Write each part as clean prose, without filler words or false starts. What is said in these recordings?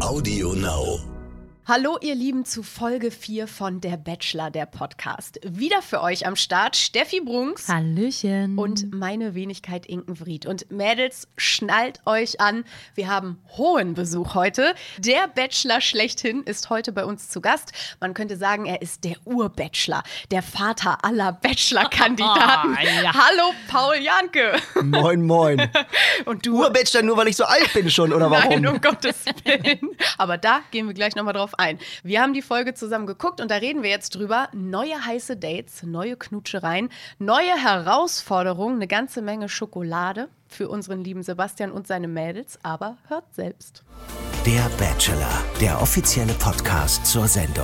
Audio Now. Hallo ihr Lieben zu Folge 4 von Der Bachelor, der Podcast. Wieder für euch am Start Steffi Brunks. Hallöchen. Und meine Wenigkeit Inkenfried. Und Mädels, schnallt euch an, wir haben hohen Besuch heute. Der Bachelor schlechthin ist heute bei uns zu Gast. Man könnte sagen, er ist der Urbachelor, der Vater aller Bachelor-Kandidaten. Ja. Hallo Paul Janke. Moin, moin. Und du? Urbachelor nur, weil ich so alt bin schon, oder warum? Nein, um Gottes Willen. Aber da gehen wir gleich nochmal drauf ein. Wir haben die Folge zusammen geguckt und da reden wir jetzt drüber. Neue heiße Dates, neue Knutschereien, neue Herausforderungen, eine ganze Menge Schokolade für unseren lieben Sebastian und seine Mädels. Aber hört selbst. Der Bachelor, der offizielle Podcast zur Sendung.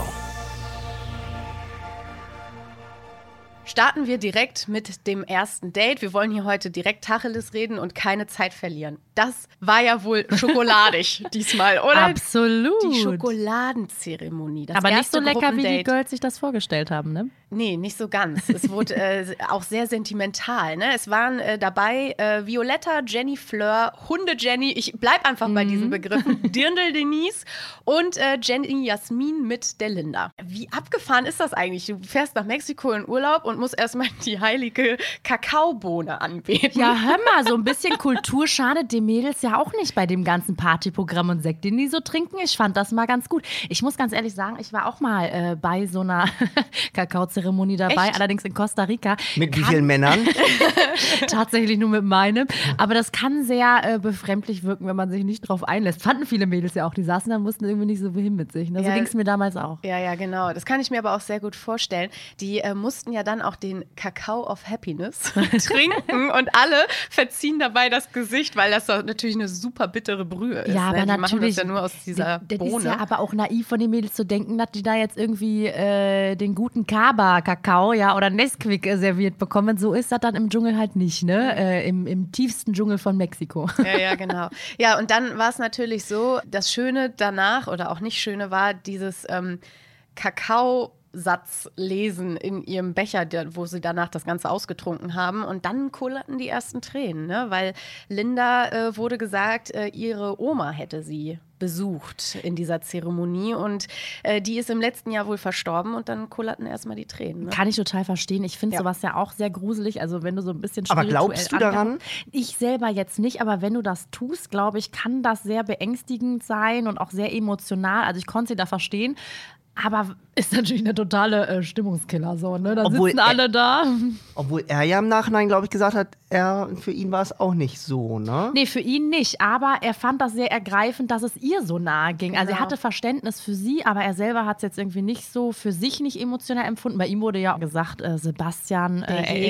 Starten wir direkt mit dem ersten Date. Wir wollen hier heute direkt Tacheles reden und keine Zeit verlieren. Das war ja wohl schokoladig diesmal, oder? Absolut. Die Schokoladenzeremonie. Das Aber nicht erste so lecker, wie die Gruppendate. Girls sich das vorgestellt haben, ne? Nee, nicht so ganz. Es wurde auch sehr sentimental. Ne? Es waren dabei Violetta, Jenny Fleur, Hunde-Jenny, ich bleib einfach bei diesen Begriffen, Dirndl Denise und Jenny Jasmin mit der Linda. Wie abgefahren ist das eigentlich? Du fährst nach Mexiko in Urlaub und musst erstmal die heilige Kakaobohne anbeten. Ja, hör mal, so ein bisschen Kultur schadet den Mädels ja auch nicht bei dem ganzen Partyprogramm und Sekt, den die so trinken. Ich fand das mal ganz gut. Ich muss ganz ehrlich sagen, ich war auch mal bei so einer Kakaozeremonie dabei, Echt? allerdings in Costa Rica. Mit wie vielen Männern? Tatsächlich nur mit meinem. Aber das kann sehr befremdlich wirken, wenn man sich nicht drauf einlässt. Fanden viele Mädels ja auch. Die saßen da und wussten irgendwie nicht so wohin mit sich. Ne? So Ja. ging es mir damals auch. Ja, genau. Das kann ich mir aber auch sehr gut vorstellen. Die mussten ja dann auch den Kakao of Happiness trinken und alle verziehen dabei das Gesicht, weil das doch natürlich eine super bittere Brühe ist. Ja, aber ne? Die machen das natürlich. ja nur aus dieser das Bohne. ist ja aber auch naiv von den Mädels zu denken, dass die da jetzt irgendwie den guten Kaba-Kakao oder Nesquik serviert bekommen. So ist das dann im Dschungel halt nicht, ne? Im tiefsten Dschungel von Mexiko. Ja, genau. Ja, und dann war es natürlich so, das Schöne danach oder auch nicht Schöne war dieses Kakao-Satz lesen in ihrem Becher, wo sie danach das Ganze ausgetrunken haben. Und dann kullerten die ersten Tränen, ne? Weil Linda wurde gesagt, ihre Oma hätte sie besucht in dieser Zeremonie und die ist im letzten Jahr wohl verstorben und dann kullerten erstmal die Tränen. Ne? Kann ich total verstehen. Ich finde Ja. sowas ja auch sehr gruselig. Also wenn du so ein bisschen Aber spirituell glaubst du daran? angehaucht- Ich selber jetzt nicht, aber wenn du das tust, glaube ich, kann das sehr beängstigend sein und auch sehr emotional. Also ich konnte sie da verstehen. Aber ist natürlich eine totale Stimmungskiller so, ne? Da Obwohl sitzen alle da. Obwohl er ja im Nachhinein, glaube ich, gesagt hat, für ihn war es auch nicht so, ne? Nee, für ihn nicht. Aber er fand das sehr ergreifend, dass es ihr so nahe ging. Also er Genau. hatte Verständnis für sie, aber er selber hat es jetzt irgendwie nicht so für sich nicht emotional empfunden. Bei ihm wurde ja gesagt, Sebastian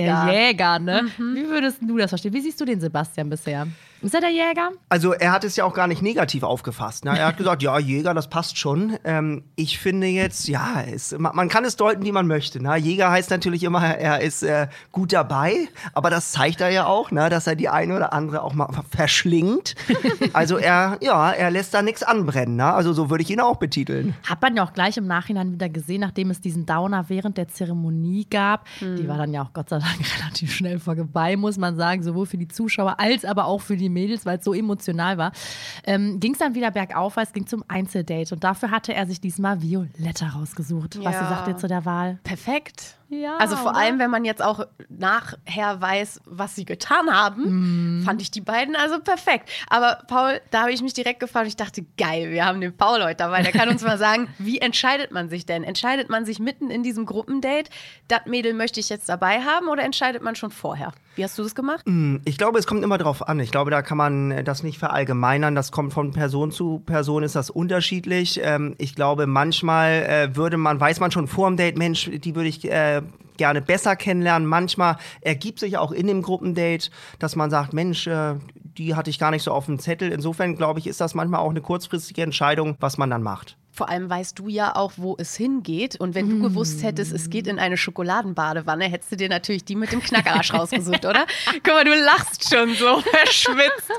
Jäger, ne? Wie würdest du das verstehen? Wie siehst du den Sebastian bisher? Ist er der Jäger? Also er hat es ja auch gar nicht negativ aufgefasst. Ne? Er hat gesagt, ja, Jäger, das passt schon. Ich finde jetzt, ja, man kann es deuten, wie man möchte. Ne? Jäger heißt natürlich immer, er ist gut dabei, aber das zeigt er ja auch, ne? Dass er die eine oder andere auch mal verschlingt. Also er lässt da nichts anbrennen. Ne? Also so würde ich ihn auch betiteln. Hat man ja auch gleich im Nachhinein wieder gesehen, nachdem es diesen Downer während der Zeremonie gab. Die war dann ja auch Gott sei Dank relativ schnell vorbei, muss man sagen, sowohl für die Zuschauer als aber auch für die Mädels, weil es so emotional war. Ging es dann wieder bergauf, weil es ging zum Einzeldate. Und dafür hatte er sich diesmal Violetta rausgesucht. Was Ja. sagt ihr zu der Wahl? Perfekt. Ja, Also vor oder? allem, wenn man jetzt auch nachher weiß, was sie getan haben, fand ich die beiden also perfekt. Aber Paul, da habe ich mich direkt gefragt und ich dachte, geil, wir haben den Paul heute dabei. Der kann uns mal sagen, wie entscheidet man sich denn? Entscheidet man sich mitten in diesem Gruppendate, das Mädel möchte ich jetzt dabei haben oder entscheidet man schon vorher? Wie hast du das gemacht? Ich glaube, es kommt immer drauf an. Ich glaube, da kann man das nicht verallgemeinern. Das kommt von Person zu Person, ist das unterschiedlich. Ich glaube, manchmal weiß man schon vor dem Date, Mensch, die würde ich gerne besser kennenlernen. Manchmal ergibt sich auch in dem Gruppendate, dass man sagt, Mensch, die hatte ich gar nicht so auf dem Zettel. Insofern, glaube ich, ist das manchmal auch eine kurzfristige Entscheidung, was man dann macht. Vor allem weißt du ja auch, wo es hingeht. Und wenn du gewusst hättest, es geht in eine Schokoladenbadewanne, hättest du dir natürlich die mit dem Knackerarsch rausgesucht, oder? Guck mal, du lachst schon so verschwitzt.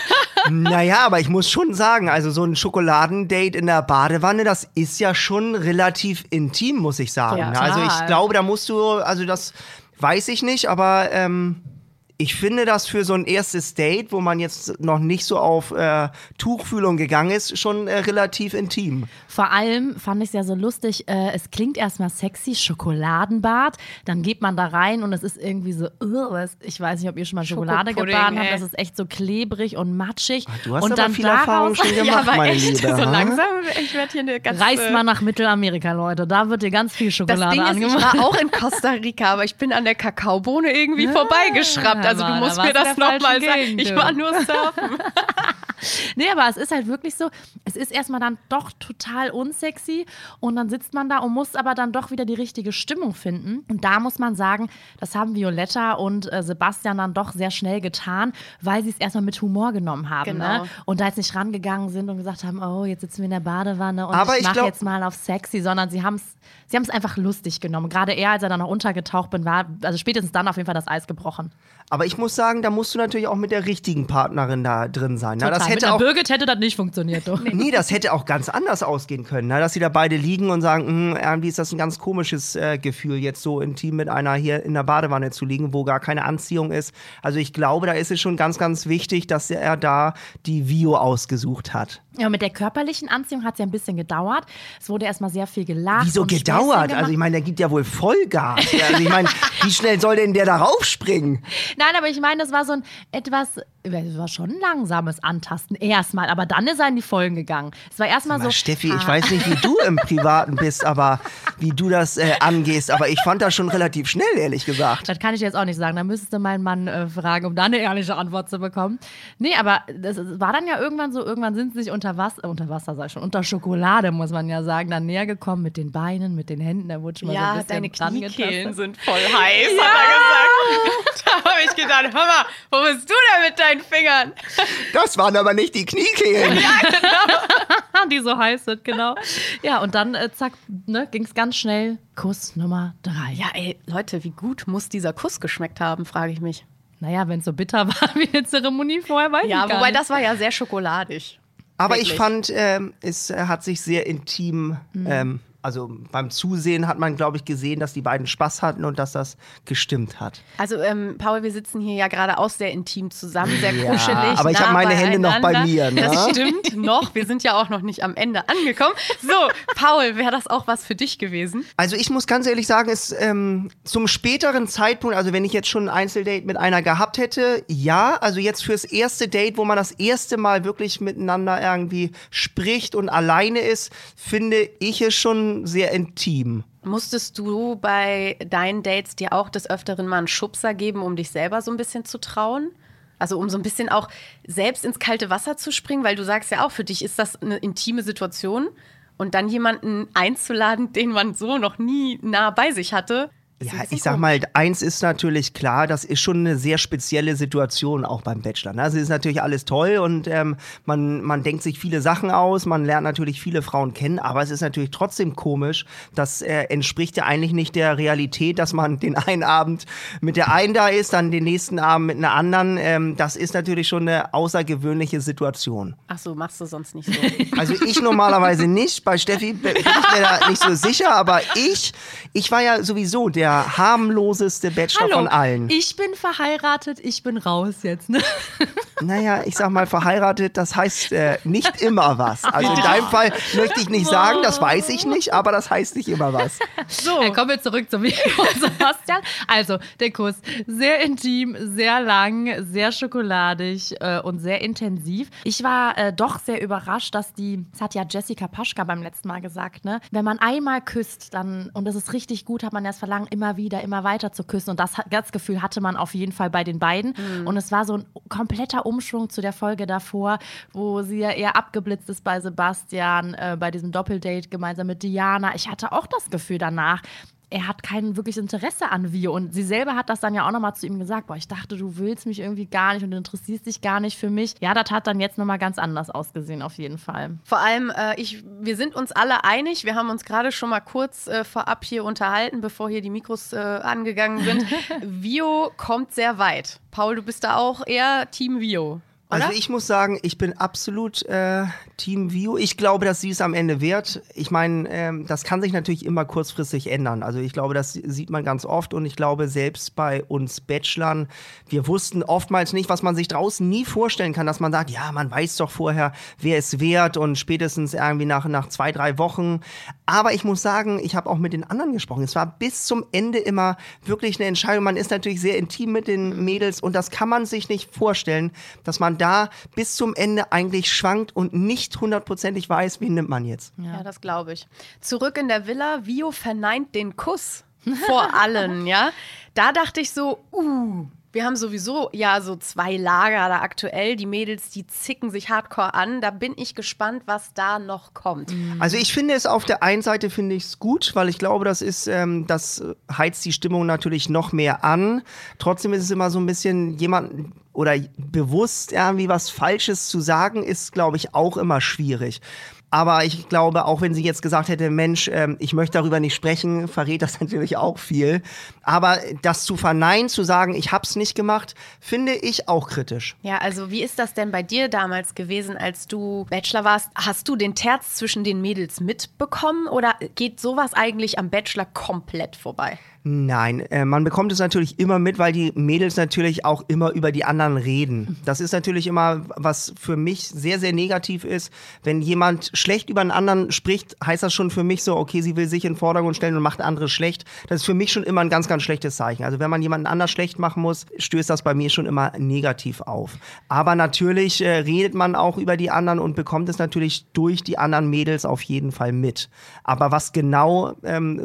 Naja, aber ich muss schon sagen, also so ein Schokoladendate in der Badewanne, das ist ja schon relativ intim, muss ich sagen. Ja, Also ich total. glaube, da musst du, also das weiß ich nicht, aber Ich finde das für so ein erstes Date, wo man jetzt noch nicht so auf Tuchfühlung gegangen ist, schon relativ intim. Vor allem fand ich es ja so lustig, es klingt erstmal sexy, Schokoladenbad, dann geht man da rein und es ist irgendwie so, ich weiß nicht, ob ihr schon mal Schokolade gebadet habt, das ist echt so klebrig und matschig. Du hast und aber dann viel Erfahrung schon gemacht, ja, aber meine echt, Liebe. so langsam, ich werde hier eine ganz... Reist mal nach Mittelamerika, Leute, da wird dir ganz viel Das Schokolade Ding ist, ich angemacht. war auch in Costa Rica, aber ich bin an der Kakaobohne irgendwie vorbeigeschraubt. Also du musst mir das nochmal sagen. Ich war nur surfen. Nee, aber es ist halt wirklich so, es ist erstmal dann doch total unsexy und dann sitzt man da und muss aber dann doch wieder die richtige Stimmung finden. Und da muss man sagen, das haben Violetta und Sebastian dann doch sehr schnell getan, weil sie es erstmal mit Humor genommen haben. Genau. Ne? Und da jetzt nicht rangegangen sind und gesagt haben, oh, jetzt sitzen wir in der Badewanne und Aber ich ich mache glaub- jetzt mal auf sexy, sondern sie haben es einfach lustig genommen. Gerade er, als er dann noch untergetaucht bin, war, also spätestens dann auf jeden Fall das Eis gebrochen. Aber ich muss sagen, da musst du natürlich auch mit der richtigen Partnerin da drin sein. Na, das Total. Mit hätte der auch, Birgit hätte das nicht funktioniert. Du. nee, das hätte auch ganz anders ausgehen können. Ne? Dass sie da beide liegen und sagen, irgendwie ist das ein ganz komisches Gefühl, jetzt so intim mit einer hier in der Badewanne zu liegen, wo gar keine Anziehung ist. Also ich glaube, da ist es schon ganz, ganz wichtig, dass er da die Vio ausgesucht hat. Ja, mit der körperlichen Anziehung hat es ja ein bisschen gedauert. Es wurde erstmal sehr viel gelacht. Wieso und gedauert? Späßchen gemacht. Also ich meine, der gibt ja wohl Vollgas. Ja, also ich meine, wie schnell soll denn der da raufspringen? Nein, aber ich meine, das war so ein etwas, es war schon ein langsames Antasten erstmal, aber dann ist er in die Vollen gegangen. Es war erstmal so. Steffi, ich weiß nicht, wie du im Privaten bist, aber wie du das angehst, aber ich fand das schon relativ schnell, ehrlich gesagt. Das kann ich jetzt auch nicht sagen. Da müsstest du meinen Mann fragen, um da eine ehrliche Antwort zu bekommen. Nee, aber das war dann ja irgendwann so, irgendwann sind sie sich unter Wasser sag ich schon, unter Schokolade, muss man ja sagen, dann näher gekommen mit den Beinen, mit den Händen, da wurde schon mal so ein Ja, bisschen deine dran Kniekehlen getastet. sind voll heiß, hat er gesagt. Da habe ich gedacht, hör mal, wo bist du denn mit deinen Fingern? Das waren aber nicht die Kniekehlen. Die so heiß sind, genau. Ja, und dann, zack, ne, ging es ganz schnell. Kuss Nummer 3. Ja, ey, Leute, wie gut muss dieser Kuss geschmeckt haben, frage ich mich. Naja, wenn es so bitter war wie eine Zeremonie vorher, weiß ich Ja, gar wobei nicht. das war ja sehr schokoladig. Aber Wirklich. ich fand, es hat sich sehr intim, also beim Zusehen hat man, glaube ich, gesehen, dass die beiden Spaß hatten und dass das gestimmt hat. Also, Paul, wir sitzen hier ja gerade auch sehr intim zusammen, sehr Ja, kuschelig. aber ich nah habe meine Hände noch bei beieinander. mir, ne? Das stimmt noch. Wir sind ja auch noch nicht am Ende angekommen. So, Paul, wäre das auch was für dich gewesen? Also ich muss ganz ehrlich sagen, es zum späteren Zeitpunkt, also wenn ich jetzt schon ein Einzeldate mit einer gehabt hätte, ja, also jetzt fürs erste Date, wo man das erste Mal wirklich miteinander irgendwie spricht und alleine ist, finde ich es schon sehr intim. Musstest du bei deinen Dates dir auch des Öfteren mal einen Schubser geben, um dich selber so ein bisschen zu trauen? Also um so ein bisschen auch selbst ins kalte Wasser zu springen, weil du sagst ja auch, für dich ist das eine intime Situation und dann jemanden einzuladen, den man so noch nie nah bei sich hatte. ist ein Ja, bisschen ich sag mal, eins ist natürlich klar, das ist schon eine sehr spezielle Situation auch beim Bachelor. Ne? Also ist natürlich alles toll und man denkt sich viele Sachen aus, man lernt natürlich viele Frauen kennen, aber es ist natürlich trotzdem komisch. Das entspricht ja eigentlich nicht der Realität, dass man den einen Abend mit der einen da ist, dann den nächsten Abend mit einer anderen. Das ist natürlich schon eine außergewöhnliche Situation. Ach so, machst du sonst nicht so. Also ich normalerweise nicht, bei Steffi bin ich mir da nicht so sicher, aber ich war ja sowieso der harmloseste Bachelor von allen. Ich bin verheiratet, ich bin raus jetzt. Ne? Naja, ich sag mal, verheiratet, das heißt nicht immer was. Also in deinem Fall möchte ich nicht sagen, das weiß ich nicht, aber das heißt nicht immer was. So, kommen wir zurück zum Video von Sebastian. Also, der Kuss, sehr intim, sehr lang, sehr schokoladig und sehr intensiv. Ich war doch sehr überrascht, das hat ja Jessica Paschka beim letzten Mal gesagt, ne? Wenn man einmal küsst, dann, und das ist richtig gut, hat man das Verlangen, immer wieder, immer weiter zu küssen. Und das Gefühl hatte man auf jeden Fall bei den beiden. Und es war so ein kompletter Umschwung zu der Folge davor, wo sie ja eher abgeblitzt ist bei Sebastian, bei diesem Doppeldate gemeinsam mit Diana. Ich hatte auch das Gefühl danach, er hat kein wirkliches Interesse an Vio. Und sie selber hat das dann ja auch nochmal zu ihm gesagt, boah, ich dachte, du willst mich irgendwie gar nicht und du interessierst dich gar nicht für mich. Ja, das hat dann jetzt nochmal ganz anders ausgesehen, auf jeden Fall. Vor allem, wir sind uns alle einig. Wir haben uns gerade schon mal kurz vorab hier unterhalten, bevor hier die Mikros angegangen sind. Vio kommt sehr weit. Paul, du bist da auch eher Team Vio. Also ich muss sagen, ich bin absolut Team Vio. Ich glaube, dass sie es am Ende wird. Ich meine, das kann sich natürlich immer kurzfristig ändern. Also ich glaube, das sieht man ganz oft und ich glaube, selbst bei uns Bachelorn, wir wussten oftmals nicht, was man sich draußen nie vorstellen kann, dass man sagt, ja, man weiß doch vorher, wer es wird und spätestens irgendwie nach 2-3 Wochen. Aber ich muss sagen, ich habe auch mit den anderen gesprochen. Es war bis zum Ende immer wirklich eine Entscheidung. Man ist natürlich sehr intim mit den Mädels und das kann man sich nicht vorstellen, dass man da bis zum Ende eigentlich schwankt und nicht hundertprozentig weiß, wen nimmt man jetzt. Ja, das glaube ich. Zurück in der Villa, Vio verneint den Kuss vor allen, ja. Da dachte ich so, wir haben sowieso ja so 2 Lager da aktuell. Die Mädels, die zicken sich hardcore an. Da bin ich gespannt, was da noch kommt. Also ich finde es auf der einen Seite finde ich es gut, weil ich glaube, das heizt die Stimmung natürlich noch mehr an. Trotzdem ist es immer so ein bisschen jemand oder bewusst irgendwie was Falsches zu sagen, ist, glaube ich, auch immer schwierig. Aber ich glaube, auch wenn sie jetzt gesagt hätte, Mensch, ich möchte darüber nicht sprechen, verrät das natürlich auch viel. Aber das zu verneinen, zu sagen, ich hab's nicht gemacht, finde ich auch kritisch. Ja, also wie ist das denn bei dir damals gewesen, als du Bachelor warst? Hast du den Terz zwischen den Mädels mitbekommen oder geht sowas eigentlich am Bachelor komplett vorbei? Nein, man bekommt es natürlich immer mit, weil die Mädels natürlich auch immer über die anderen reden. Das ist natürlich immer, was für mich sehr, sehr negativ ist. Wenn jemand schlecht über einen anderen spricht, heißt das schon für mich so, okay, sie will sich in den Vordergrund stellen und macht andere schlecht. Das ist für mich schon immer ein ganz, ganz schlechtes Zeichen. Also wenn man jemanden anders schlecht machen muss, stößt das bei mir schon immer negativ auf. Aber natürlich redet man auch über die anderen und bekommt es natürlich durch die anderen Mädels auf jeden Fall mit. Aber was genau,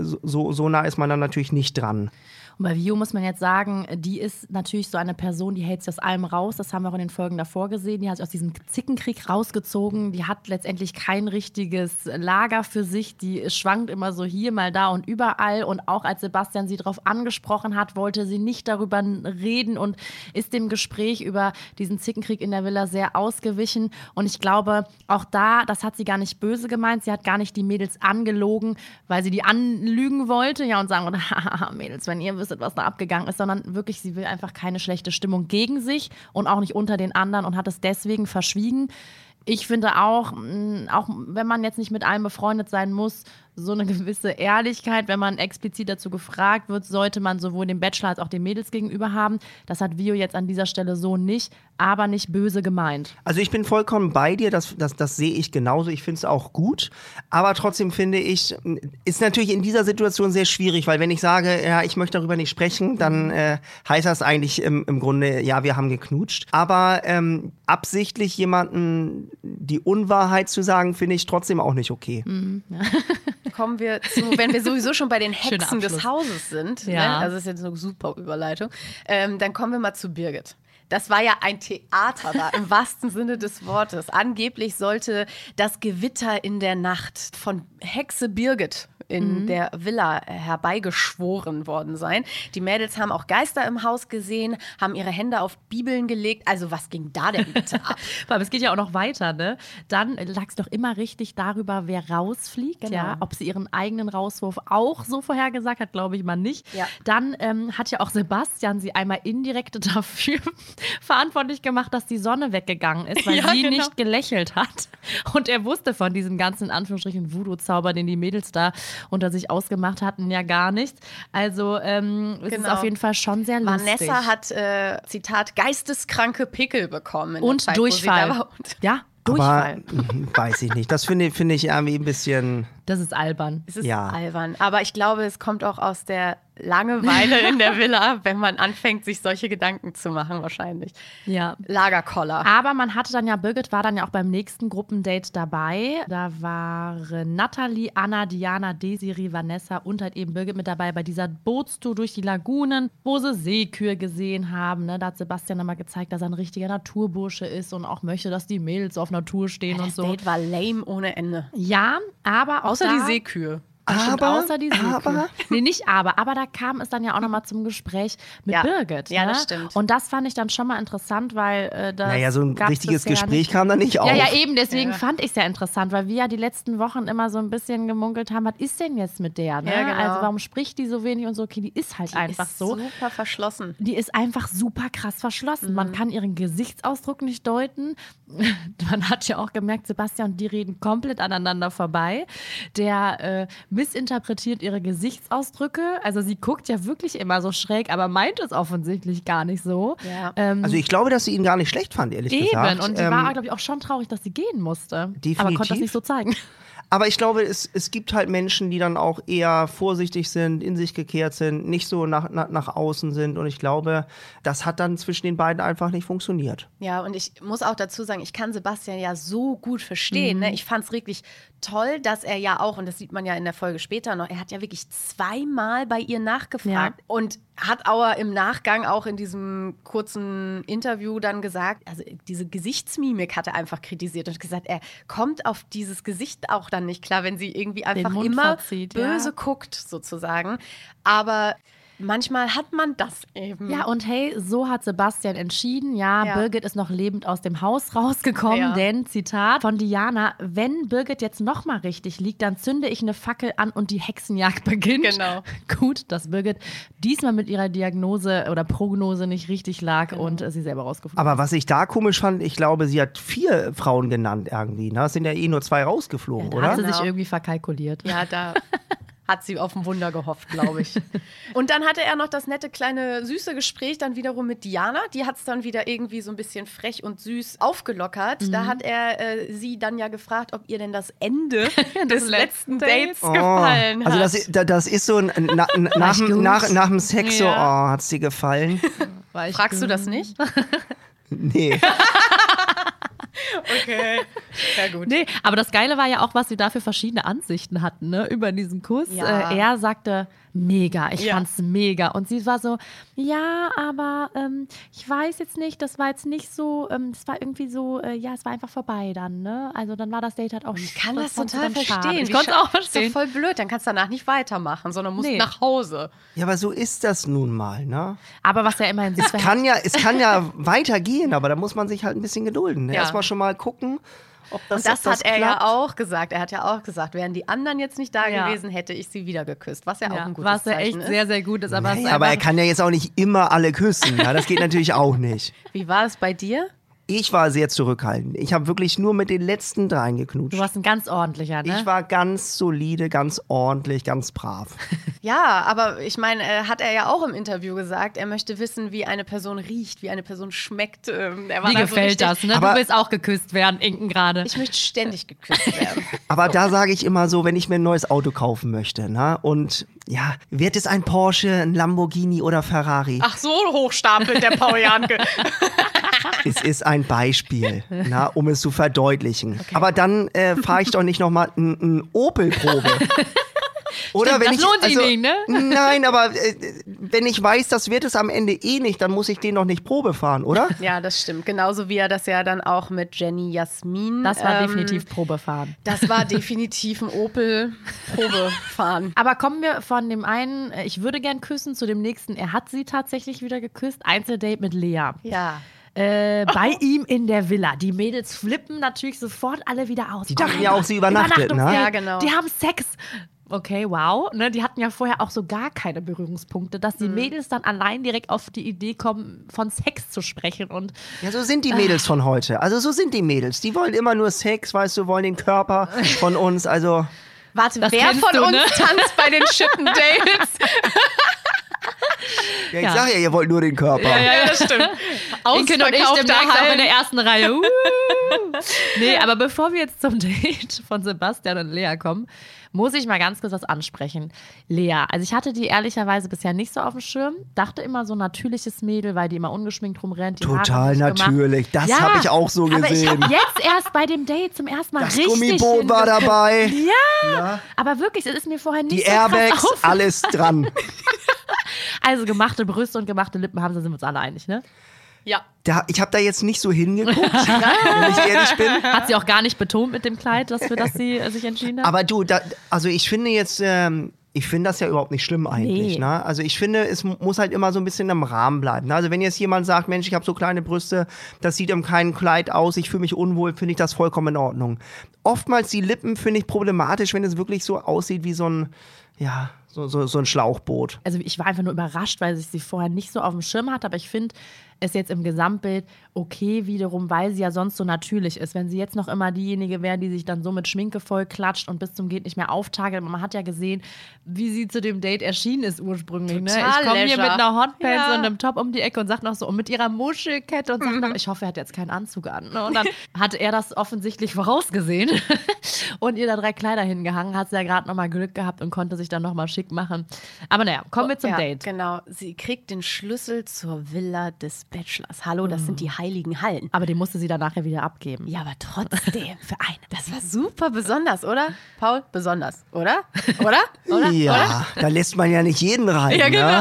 so nah ist man dann natürlich nicht dran. Und bei Vio muss man jetzt sagen, die ist natürlich so eine Person, die hält sich aus allem raus. Das haben wir auch in den Folgen davor gesehen. Die hat sich aus diesem Zickenkrieg rausgezogen. Die hat letztendlich kein richtiges Lager für sich. Die schwankt immer so hier, mal da und überall. Und auch als Sebastian sie darauf angesprochen hat, wollte sie nicht darüber reden und ist dem Gespräch über diesen Zickenkrieg in der Villa sehr ausgewichen. Und ich glaube, auch da, das hat sie gar nicht böse gemeint. Sie hat gar nicht die Mädels angelogen, weil sie die anlügen wollte. Ja, und sagen, haha, Mädels, wenn ihr wisst, was da abgegangen ist, sondern wirklich, sie will einfach keine schlechte Stimmung gegen sich und auch nicht unter den anderen und hat es deswegen verschwiegen. Ich finde auch wenn man jetzt nicht mit einem befreundet sein muss, so eine gewisse Ehrlichkeit, wenn man explizit dazu gefragt wird, sollte man sowohl dem Bachelor als auch den Mädels gegenüber haben. Das hat Vio jetzt an dieser Stelle so nicht, aber nicht böse gemeint. Also ich bin vollkommen bei dir, das sehe ich genauso. Ich finde es auch gut, aber trotzdem finde ich, ist natürlich in dieser Situation sehr schwierig, weil wenn ich sage, ja, ich möchte darüber nicht sprechen, dann heißt das eigentlich im Grunde, ja, wir haben geknutscht. Aber absichtlich jemanden die Unwahrheit zu sagen, finde ich trotzdem auch nicht okay. Ja. Kommen wir zu, wenn wir sowieso schon bei den Hexen des Hauses sind, ja. Ne? Also das ist jetzt eine super Überleitung, dann kommen wir mal zu Birgit. Das war ja ein Theater da, im wahrsten Sinne des Wortes. Angeblich sollte das Gewitter in der Nacht von Hexe Birgit in der Villa herbeigeschworen worden sein. Die Mädels haben auch Geister im Haus gesehen, haben ihre Hände auf Bibeln gelegt. Also was ging da denn bitte ab? Aber es geht ja auch noch weiter, ne? Dann lag es doch immer richtig darüber, wer rausfliegt. Genau. Ja? Ob sie ihren eigenen Rauswurf auch so vorhergesagt hat, glaube ich mal nicht. Ja. Dann hat ja auch Sebastian sie einmal indirekt dafür verantwortlich gemacht, dass die Sonne weggegangen ist, weil Ja, sie genau. nicht gelächelt hat. Und er wusste von diesem ganzen, in Anführungsstrichen, Voodoo-Zauber, den die Mädels da unter sich ausgemacht hatten, ja gar nichts. Also es ist auf jeden Fall schon sehr lustig. Vanessa hat, Zitat, geisteskranke Pickel bekommen. In der Und Zeit, wo sie da Durchfall. war. Ja, Durchfall. Aber weiß ich nicht. Das finde ich irgendwie ein bisschen. Das ist albern. Es ist Ja. albern. Aber ich glaube, es kommt auch aus der Langeweile in der Villa, wenn man anfängt, sich solche Gedanken zu machen, wahrscheinlich. Ja. Lagerkoller. Aber man hatte dann ja, Birgit war dann ja auch beim nächsten Gruppendate dabei. Da waren Natalie, Anna, Diana, Desiree, Vanessa und halt eben Birgit mit dabei bei dieser Bootstour durch die Lagunen, wo sie Seekühe gesehen haben. Ne? Da hat Sebastian nochmal gezeigt, dass er ein richtiger Naturbursche ist und auch möchte, dass die Mädels auf Natur stehen und Das so. Date war lame ohne Ende. Ja, aber auch Außer da, die Seekühe. Stimmt, außer die Silke. aber? Nee, nicht aber da kam es dann ja auch nochmal zum Gespräch mit Birgit. Ja, ne? das stimmt. Und das fand ich dann schon mal interessant, weil das Naja, so ein gab's richtiges bisher Gespräch nicht. kam da nicht auf. Ja, eben, deswegen fand ich es ja interessant, weil wir ja die letzten Wochen immer so ein bisschen gemunkelt haben, was ist denn jetzt mit der? Ne? Ja, genau. Also warum spricht die so wenig und so? Okay, die ist halt einfach ist so. super verschlossen. Die ist einfach super krass verschlossen. Man kann ihren Gesichtsausdruck nicht deuten. Man hat ja auch gemerkt, Sebastian und die reden komplett aneinander vorbei. Der missinterpretiert ihre Gesichtsausdrücke. Also sie guckt ja wirklich immer so schräg, aber meint es offensichtlich gar nicht so. Ja. Also ich glaube, dass sie ihn gar nicht schlecht fand, ehrlich gesagt. Eben, und die war, glaube ich, auch schon traurig, dass sie gehen musste. Definitiv. Aber konnte das nicht so zeigen. Aber ich glaube, es gibt halt Menschen, die dann auch eher vorsichtig sind, in sich gekehrt sind, nicht so nach außen sind. Und ich glaube, das hat dann zwischen den beiden einfach nicht funktioniert. Ja, und ich muss auch dazu sagen, ich kann Sebastian ja so gut verstehen. Ne? Ich fand es wirklich toll, dass er ja auch, und das sieht man ja in der Folge später noch, er hat ja wirklich 2-mal bei ihr nachgefragt und hat aber im Nachgang auch in diesem kurzen Interview dann gesagt, also diese Gesichtsmimik hat er einfach kritisiert und gesagt, er kommt auf dieses Gesicht auch dann nicht klar, wenn sie irgendwie einfach Mund immer verzieht, böse guckt sozusagen. Aber manchmal hat man das eben. Ja, und hey, so hat Sebastian entschieden. Ja, Ja. Birgit ist noch lebend aus dem Haus rausgekommen, Ja. denn, Zitat von Diana, wenn Birgit jetzt nochmal richtig liegt, dann zünde ich eine Fackel an und die Hexenjagd beginnt. Genau. Gut, dass Birgit diesmal mit ihrer Diagnose oder Prognose nicht richtig lag und sie selber rausgefunden Aber was ich da komisch fand, ich glaube, sie hat 4 Frauen genannt irgendwie. Ne? Es sind ja nur 2 rausgeflogen, Da oder? hat sie sich Genau. irgendwie verkalkuliert. Ja, da hat sie auf ein Wunder gehofft, glaube ich. Und dann hatte er noch das nette, kleine, süße Gespräch dann wiederum mit Diana. Die hat es dann wieder irgendwie so ein bisschen frech und süß aufgelockert. Da hat er sie dann ja gefragt, ob ihr denn das Ende des letzten Dates gefallen hat. Also das ist so nach dem Sex so, hat es dir gefallen? Fragst du das nicht? Nee. Okay, ja gut. Nee, aber das Geile war ja auch, was sie da für verschiedene Ansichten hatten, ne, über diesen Kuss. Ja. Er sagte, mega, ich Ja. fand's mega. Und sie war so, ja, aber ich weiß jetzt nicht, das war jetzt nicht so, das war irgendwie so, es war einfach vorbei dann, ne? Also dann war das Date halt auch Ich kann das fand sie total dann schade. verstehen. Ich konnte es auch Das ist verstehen. doch voll blöd. Dann kannst du danach nicht weitermachen, sondern musst Nee. nach Hause. Ja, aber so ist das nun mal, ne? Aber was ja immerhin süß war, Es kann ja weitergehen, aber da muss man sich halt ein bisschen gedulden. Ne? Ja. Erstmal schon mal gucken, ob das Und das ob hat er klappt. ja auch gesagt. Er hat ja auch gesagt, wären die anderen jetzt nicht da Ja. gewesen, hätte ich sie wieder geküsst. Was ja auch ein gutes was ja echt Zeichen ist. sehr, sehr gut ist. Aber, es ist Naja, aber er einfach- kann ja jetzt auch nicht immer alle küssen. Ja? Das geht natürlich auch nicht. Wie war es bei dir? Ich war sehr zurückhaltend. Ich habe wirklich nur mit den letzten 3 geknutscht. du warst ein ganz ordentlicher, ne? Ich war ganz solide, ganz ordentlich, ganz brav. Ja, aber ich meine, hat er ja auch im Interview gesagt, er möchte wissen, wie eine Person riecht, wie eine Person schmeckt. Er war Wie da so gefällt richtig, das, ne? Aber- Du willst auch geküsst werden, Inken gerade. Ich möchte ständig geküsst werden. Aber da sage ich immer so, wenn ich mir ein neues Auto kaufen möchte, ne? Und ja, wird es ein Porsche, ein Lamborghini oder Ferrari? Ach, so hochstapelt der Paul Janke. Es ist ein Beispiel, na, um es zu verdeutlichen. Aber dann fahre ich doch nicht nochmal ein Opel-Probe. Oder Stimmt, Also, das lohnt sich nicht, ne? Nein, aber wenn ich weiß, das wird es am Ende eh nicht, dann muss ich den noch nicht Probe fahren, oder? Ja, das stimmt. Genauso wie er das ja dann auch mit Jenny Jasmin. Das war definitiv Probefahren. Das war definitiv ein Opel-Probefahren. Aber kommen wir von dem einen, ich würde gern küssen, zu dem nächsten, er hat sie tatsächlich wieder geküsst. Einzeldate mit Lea. Ja. Bei ihm in der Villa. Die Mädels flippen natürlich sofort alle wieder aus. Die dachten ja auch, sie übernachtet, ne? Ja, genau. Die haben Sex. Okay, wow. Ne, die hatten ja vorher auch so gar keine Berührungspunkte, dass die Mädels dann allein direkt auf die Idee kommen, von Sex zu sprechen. Und Ja, so sind die Mädels von heute. Also so sind die Mädels. Die wollen immer nur Sex, weißt du, wollen den Körper von uns. Also Warte, Das wer kennst von du, uns ne? tanzt bei den Chippendales? ja, ich sag ja, ihr wollt nur den Körper. Ja, das stimmt. Inken und ich Ausverkaufter demnächst auch in Hallen. der ersten Reihe. Nee, aber bevor wir jetzt zum Date von Sebastian und Lea kommen, muss ich mal ganz kurz was ansprechen. Lea, also ich hatte die ehrlicherweise bisher nicht so auf dem Schirm. Dachte immer so natürliches Mädel, weil die immer ungeschminkt rumrennt. Die Haare Total nicht gemacht. natürlich. Das Ja, habe ich auch so Aber ich gesehen. habe jetzt erst bei dem Date zum ersten Mal Das richtig Gummiboot war dabei. Ja, aber wirklich, es ist mir vorher nicht Die so krass Airbags, aufgefallen. alles dran. Also gemachte Brüste und gemachte Lippen haben sie, sind wir uns alle einig, ne? Ja. Ich habe da jetzt nicht so hingeguckt, wenn ich ehrlich bin. Hat sie auch gar nicht betont mit dem Kleid, für das sie sich entschieden hat? Aber du, also ich finde jetzt, ich finde das ja überhaupt nicht schlimm eigentlich. Nee. Ne? Also ich finde, es muss halt immer so ein bisschen im Rahmen bleiben. Ne? Also wenn jetzt jemand sagt, Mensch, ich habe so kleine Brüste, das sieht in keinem Kleid aus, ich fühle mich unwohl, finde ich das vollkommen in Ordnung. Oftmals die Lippen finde ich problematisch, wenn es wirklich so aussieht wie so ein, ja, so ein Schlauchboot. Also ich war einfach nur überrascht, weil ich sie vorher nicht so auf dem Schirm hatte, aber ich finde es jetzt im Gesamtbild okay wiederum, weil sie ja sonst so natürlich ist. Wenn sie jetzt noch immer diejenige wäre, die sich dann so mit Schminke voll klatscht und bis zum geht nicht mehr auftagelt. Man hat ja gesehen, wie sie zu dem Date erschienen ist ursprünglich. Ne? Ich komme hier mit einer Hotpants und einem Top um die Ecke und sagt noch so, und mit ihrer Muschelkette und sagt noch, ich hoffe, er hat jetzt keinen Anzug an. Ne? Und dann hat er das offensichtlich vorausgesehen und ihr da 3 Kleider hingehangen, hat sie ja gerade nochmal Glück gehabt und konnte sich dann nochmal schick machen. Aber naja, kommen wir zum Date. Genau, sie kriegt den Schlüssel zur Villa des Bachelors. Hallo, das sind die heiligen Hallen. Aber den musste sie dann nachher wieder abgeben. Ja, aber trotzdem, für eine. Das war super besonders, oder? Paul, besonders, oder? Oder? Ja, da lässt man ja nicht jeden rein. Ja, genau. Ne?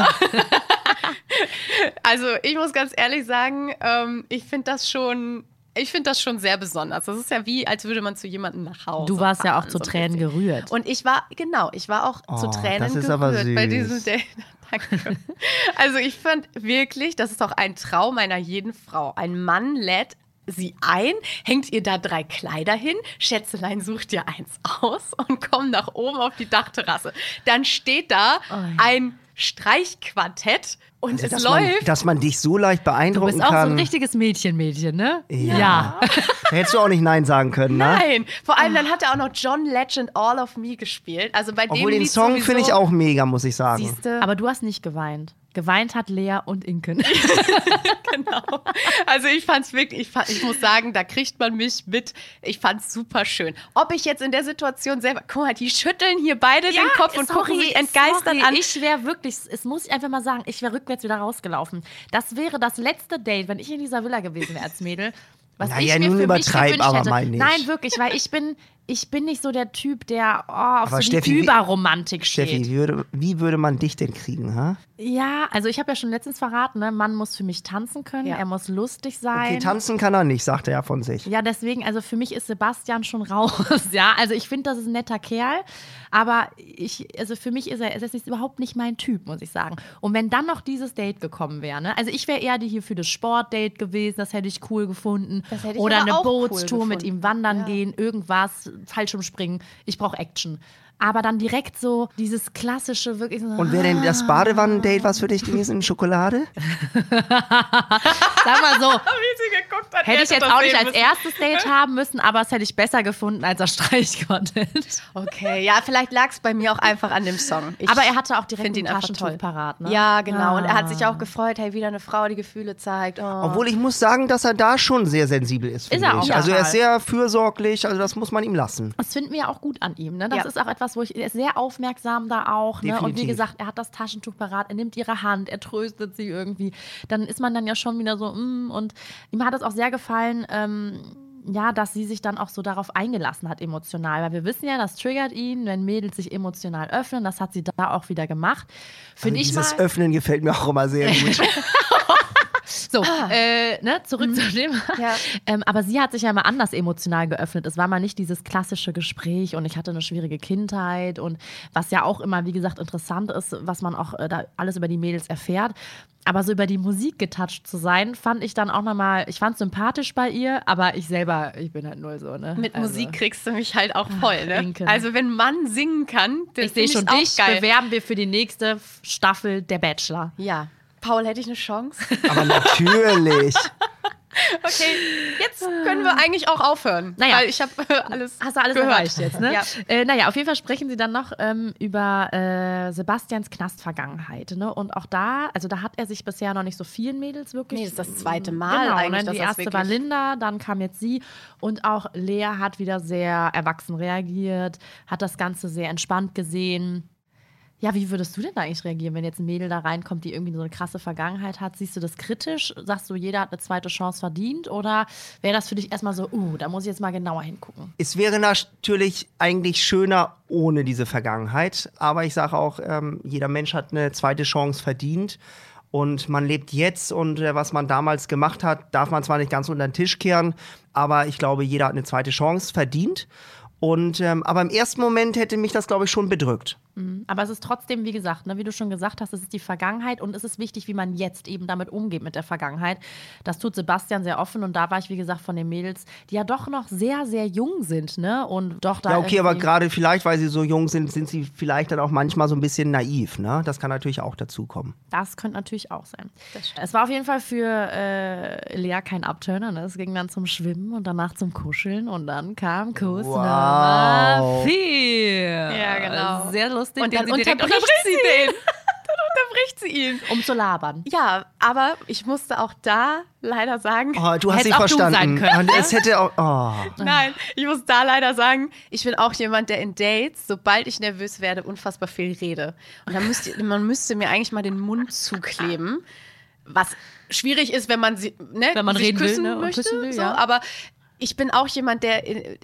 Also, ich muss ganz ehrlich sagen, ich finde das schon sehr besonders. Das ist ja wie, als würde man zu jemandem nach Hause Du warst ja auch fahren, zu so ein Tränen bisschen. gerührt. Und ich war auch zu Tränen das ist gerührt aber süß. bei diesem Date. Danke. Also ich fand wirklich, das ist auch ein Traum einer jeden Frau. Ein Mann lädt sie ein, hängt ihr da 3 Kleider hin, Schätzelein sucht dir eins aus und kommt nach oben auf die Dachterrasse. Dann steht da ein Streichquartett und es läuft. Dass man dich so leicht Du beeindrucken bist auch kann. so ein richtiges Mädchen, ne? Ja. Da hättest du auch nicht Nein sagen können, ne? Nein, vor allem dann hat er auch noch John Legend All of Me gespielt. Also bei Obwohl dem den Song finde ich auch mega, muss ich sagen. Siehste. Aber du hast nicht geweint. Geweint hat Lea und Inken. Genau. Also ich fand's wirklich, ich muss sagen, da kriegt man mich mit. Ich fand's super schön. Ob ich jetzt in der Situation selber, guck mal, die schütteln hier beide den Kopf und gucken sich entgeistert an. Ich wäre wirklich, es muss ich einfach mal sagen, ich wäre rückwärts wieder rausgelaufen. Das wäre das letzte Date, wenn ich in dieser Villa gewesen wäre als Mädel. Was Naja, ich mir nun für mich übertreib gewünscht aber hätte. mal nicht. Nein, wirklich, weil ich bin nicht so der Typ, der auf Aber so Steffi, die Überromantik Steffi, steht. wie würde man dich denn kriegen, ha? Ja, also ich habe ja schon letztens verraten, ne, Mann muss für mich tanzen können, Ja. er muss lustig sein. Okay, tanzen kann er nicht, sagt er ja von sich. Ja, deswegen, also für mich ist Sebastian schon raus, ja. Also ich finde, das ist ein netter Kerl, aber also für mich ist er ist überhaupt nicht mein Typ, muss ich sagen. Und wenn dann noch dieses Date gekommen wäre, ne, also ich wäre eher die hier für das Sportdate gewesen, das hätte ich cool gefunden. Das hätte ich Oder aber eine auch cool Bootstour mit gefunden. ihm wandern gehen, irgendwas, Fallschirmspringen. Ich brauche Action. Aber dann direkt so dieses klassische, wirklich so. Und wäre denn das Badewannendate was für dich gewesen? Schokolade? Sag mal so, Wie sie geguckt hat, hätte ich jetzt auch nicht als müssen. erstes Date haben müssen, aber es hätte ich besser gefunden als das Streichquartett. Okay, ja, vielleicht lag es bei mir auch einfach an dem Song. Ich Aber er hatte auch direkt find ein ihn einfach Taschentuch toll. parat, ne? Ja, genau. Und er hat sich auch gefreut, hey, wieder eine Frau, die Gefühle zeigt. Oh. Obwohl ich muss sagen, dass er da schon sehr sensibel ist, finde Ist er auch, ich. ja. Also er ist sehr fürsorglich, also das muss man ihm lassen. Das finden wir ja auch gut an ihm. Ne? Das Ja. ist auch etwas, wo er ist sehr aufmerksam da auch. Ne? Und wie Definitiv. gesagt, er hat das Taschentuch parat, er nimmt ihre Hand, er tröstet sie irgendwie. Dann ist man dann ja schon wieder so, und ihm hat es auch sehr gefallen, ja, dass sie sich dann auch so darauf eingelassen hat, emotional. Weil wir wissen ja, das triggert ihn, wenn Mädels sich emotional öffnen. Das hat sie da auch wieder gemacht. Finde Also ich dieses mal. Öffnen gefällt mir auch immer sehr gut. So, ne, zurück zum Thema. Ja. Aber sie hat sich ja mal anders emotional geöffnet. Es war mal nicht dieses klassische Gespräch und ich hatte eine schwierige Kindheit und was ja auch immer, wie gesagt, interessant ist, was man auch da alles über die Mädels erfährt. Aber so über die Musik getoucht zu sein, fand ich dann auch nochmal, ich fand es sympathisch bei ihr, aber ich bin halt null so, ne? Mit Also, Musik kriegst du mich halt auch voll, ne? Inken. Also wenn Mann singen kann, dann ich sehe find schon ich's dich, auch geil. bewerben wir für die nächste Staffel der Bachelor. Ja. Paul, hätte ich eine Chance? Aber natürlich. Okay, jetzt können wir eigentlich auch aufhören. Naja. Weil ich habe alles Hast du alles gehört. erreicht jetzt, ne? Ja. Naja, auf jeden Fall sprechen sie dann noch über Sebastians Knastvergangenheit. Ne? Und auch da hat er sich bisher noch nicht so vielen Mädels wirklich. Nee, das ist das zweite Mal genau, eigentlich, ne? dass Die das erste war wirklich- Linda, dann kam jetzt sie. Und auch Lea hat wieder sehr erwachsen reagiert, hat das Ganze sehr entspannt gesehen. Ja, wie würdest du denn da eigentlich reagieren, wenn jetzt ein Mädel da reinkommt, die irgendwie so eine krasse Vergangenheit hat? Siehst du das kritisch? Sagst du, jeder hat eine zweite Chance verdient? Oder wäre das für dich erstmal so, da muss ich jetzt mal genauer hingucken? Es wäre natürlich eigentlich schöner ohne diese Vergangenheit. Aber ich sage auch, jeder Mensch hat eine zweite Chance verdient. Und man lebt jetzt und was man damals gemacht hat, darf man zwar nicht ganz unter den Tisch kehren, aber ich glaube, jeder hat eine zweite Chance verdient. Und aber im ersten Moment hätte mich das, glaube ich, schon bedrückt. Aber es ist trotzdem, wie gesagt, ne, wie du schon gesagt hast, es ist die Vergangenheit und es ist wichtig, wie man jetzt eben damit umgeht mit der Vergangenheit. Das tut Sebastian sehr offen und da war ich, wie gesagt, von den Mädels, die ja doch noch sehr, sehr jung sind, ne? Und doch da. Ja, okay, aber gerade vielleicht, weil sie so jung sind, sind sie vielleicht dann auch manchmal so ein bisschen naiv, ne? Das kann natürlich auch dazukommen. Das könnte natürlich auch sein. Es war auf jeden Fall für Lea kein Upturner, ne? Es ging dann zum Schwimmen und danach zum Kuscheln und dann kam Kuss Nummer 4. Ja, genau. Sehr lustig. Und dann den sie direkt unterbricht sie den. Dann unterbricht sie ihn. um zu labern. Ja, aber ich musste auch da leider sagen, Oh, du hast Hätte sie auch du sein verstanden. können. Und es hätte auch. Oh. nein, ich muss da leider sagen, ich bin auch jemand, der in Dates, sobald ich nervös werde, unfassbar viel rede. Und dann man müsste mir eigentlich mal den Mund zukleben, was schwierig ist, wenn man sie, ne, Wenn man sich reden will, küssen ne, und möchte, küssen will, so, ja. aber ich bin auch jemand, der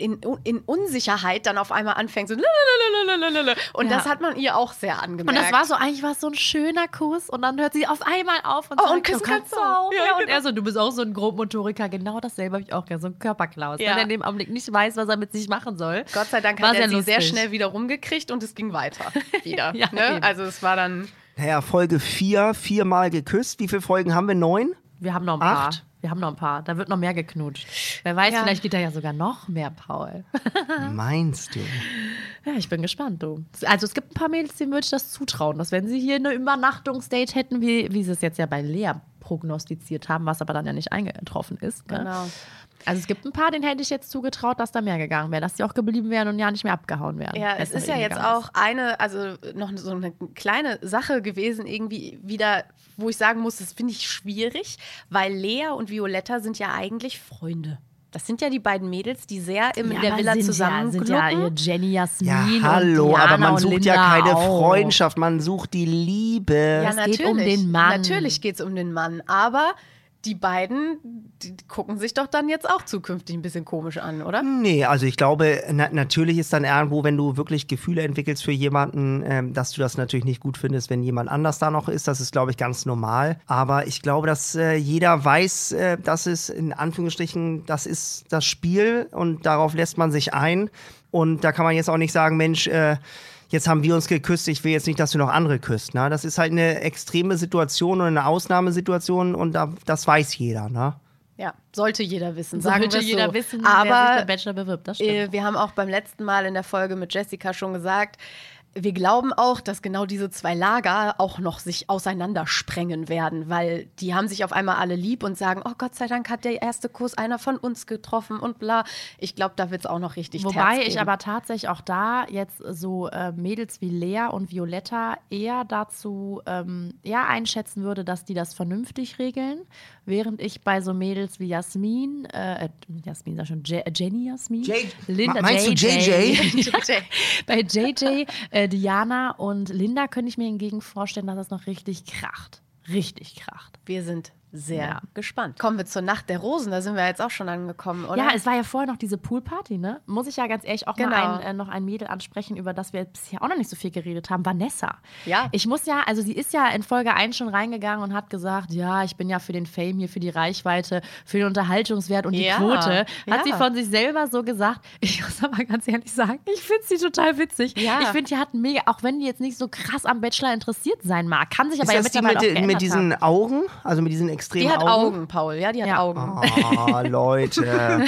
in Unsicherheit dann auf einmal anfängt, so lalalala. Und Ja. das hat man ihr auch sehr angemerkt. Und das war so, eigentlich war es so ein schöner Kuss und dann hört sie auf einmal auf und Oh, sagt, und küssen du kannst kannst du auch. auch. Ja, Ja, und genau. er so, du bist auch so ein Grobmotoriker. Genau dasselbe habe ich auch gerne, so ein Körperklaus. Ja. Wenn er in dem Augenblick nicht weiß, was er mit sich machen soll. Gott sei Dank War hat er sehr sie sehr lustig. schnell wieder rumgekriegt und es ging weiter wieder. Ja, ne? eben. Also es war dann... Naja, Folge 4, 4-mal geküsst. Wie viele Folgen haben wir? 9? Wir haben noch ein paar. 8? Wir haben noch ein paar. Da wird noch mehr geknutscht. Wer weiß, Ja. vielleicht geht da ja sogar noch mehr, Paul. Meinst du? Ja, ich bin gespannt, du. Also es gibt ein paar Mädels, denen würde ich das zutrauen, dass wenn sie hier eine Übernachtungsdate hätten, wie sie es jetzt ja bei Lea prognostiziert haben, was aber dann ja nicht eingetroffen ist. Ne? Genau. Also es gibt ein paar, denen hätte ich jetzt zugetraut, dass da mehr gegangen wäre, dass die auch geblieben wären und ja nicht mehr abgehauen wären. Ja, wenn es nach ist ja ihnen jetzt gegangen auch noch so eine kleine Sache gewesen, irgendwie wieder, wo ich sagen muss, das finde ich schwierig, weil Lea und Violetta sind ja eigentlich Freunde. Das sind ja die beiden Mädels, die sehr in der aber Villa sind zusammen sind ja hier Jenny, Ja, Jasmin hallo, und Diana aber man und sucht Linda ja keine auch. Freundschaft, man sucht die Liebe. Ja, Es geht um den Mann. Natürlich geht es um den Mann, aber die beiden, die gucken sich doch dann jetzt auch zukünftig ein bisschen komisch an, oder? Nee, also ich glaube, natürlich ist dann irgendwo, wenn du wirklich Gefühle entwickelst für jemanden, dass du das natürlich nicht gut findest, wenn jemand anders da noch ist. Das ist, glaube ich, ganz normal. Aber ich glaube, dass jeder weiß, dass es in Anführungsstrichen, das ist das Spiel und darauf lässt man sich ein. Und da kann man jetzt auch nicht sagen, Mensch, jetzt haben wir uns geküsst, ich will jetzt nicht, dass du noch andere küsst. Ne? Das ist halt eine extreme Situation und eine Ausnahmesituation und das weiß jeder. Ne? Ja, sollte jeder wissen, sagen Sollte wir es jeder so. wissen, wer aber sich beim Bachelor bewirbt. Das stimmt. wir haben auch beim letzten Mal in der Folge mit Jessica schon gesagt, wir glauben auch, dass genau diese zwei Lager auch noch sich auseinandersprengen werden, weil die haben sich auf einmal alle lieb und sagen, oh Gott sei Dank hat der erste Kuss einer von uns getroffen und bla. Ich glaube, da wird es auch noch richtig Wobei Terz ich geben. aber tatsächlich auch da jetzt so Mädels wie Lea und Violetta eher dazu einschätzen würde, dass die das vernünftig regeln, während ich bei so Mädels wie Jasmin, Jasmin sag schon, Jenny Jasmin, Linda, Meinst du JJ? bei JJ, Diana und Linda könnte ich mir hingegen vorstellen, dass das noch richtig kracht. Richtig kracht. Wir sind sehr Ja. gespannt. Kommen wir zur Nacht der Rosen, da sind wir jetzt auch schon angekommen, oder? Ja, es war ja vorher noch diese Poolparty, ne? Muss ich ja ganz ehrlich auch Genau. mal noch ein Mädel ansprechen, über das wir bisher auch noch nicht so viel geredet haben. Vanessa. Ja. Ich muss ja, also sie ist ja in Folge 1 schon reingegangen und hat gesagt, ja, ich bin ja für den Fame hier, für die Reichweite, für den Unterhaltungswert und Ja, die Quote. Hat ja. sie von sich selber so gesagt. Ich muss aber ganz ehrlich sagen, ich finde sie total witzig. Ja. Ich finde, die hat mega, auch wenn die jetzt nicht so krass am Bachelor interessiert sein mag, kann sich aber Ist ja das die mittlerweile auch mit geändert diesen haben. Augen? Also mit diesen extremen Die hat Augen, Paul, ja, die hat Ja. Augen. Ah, Leute.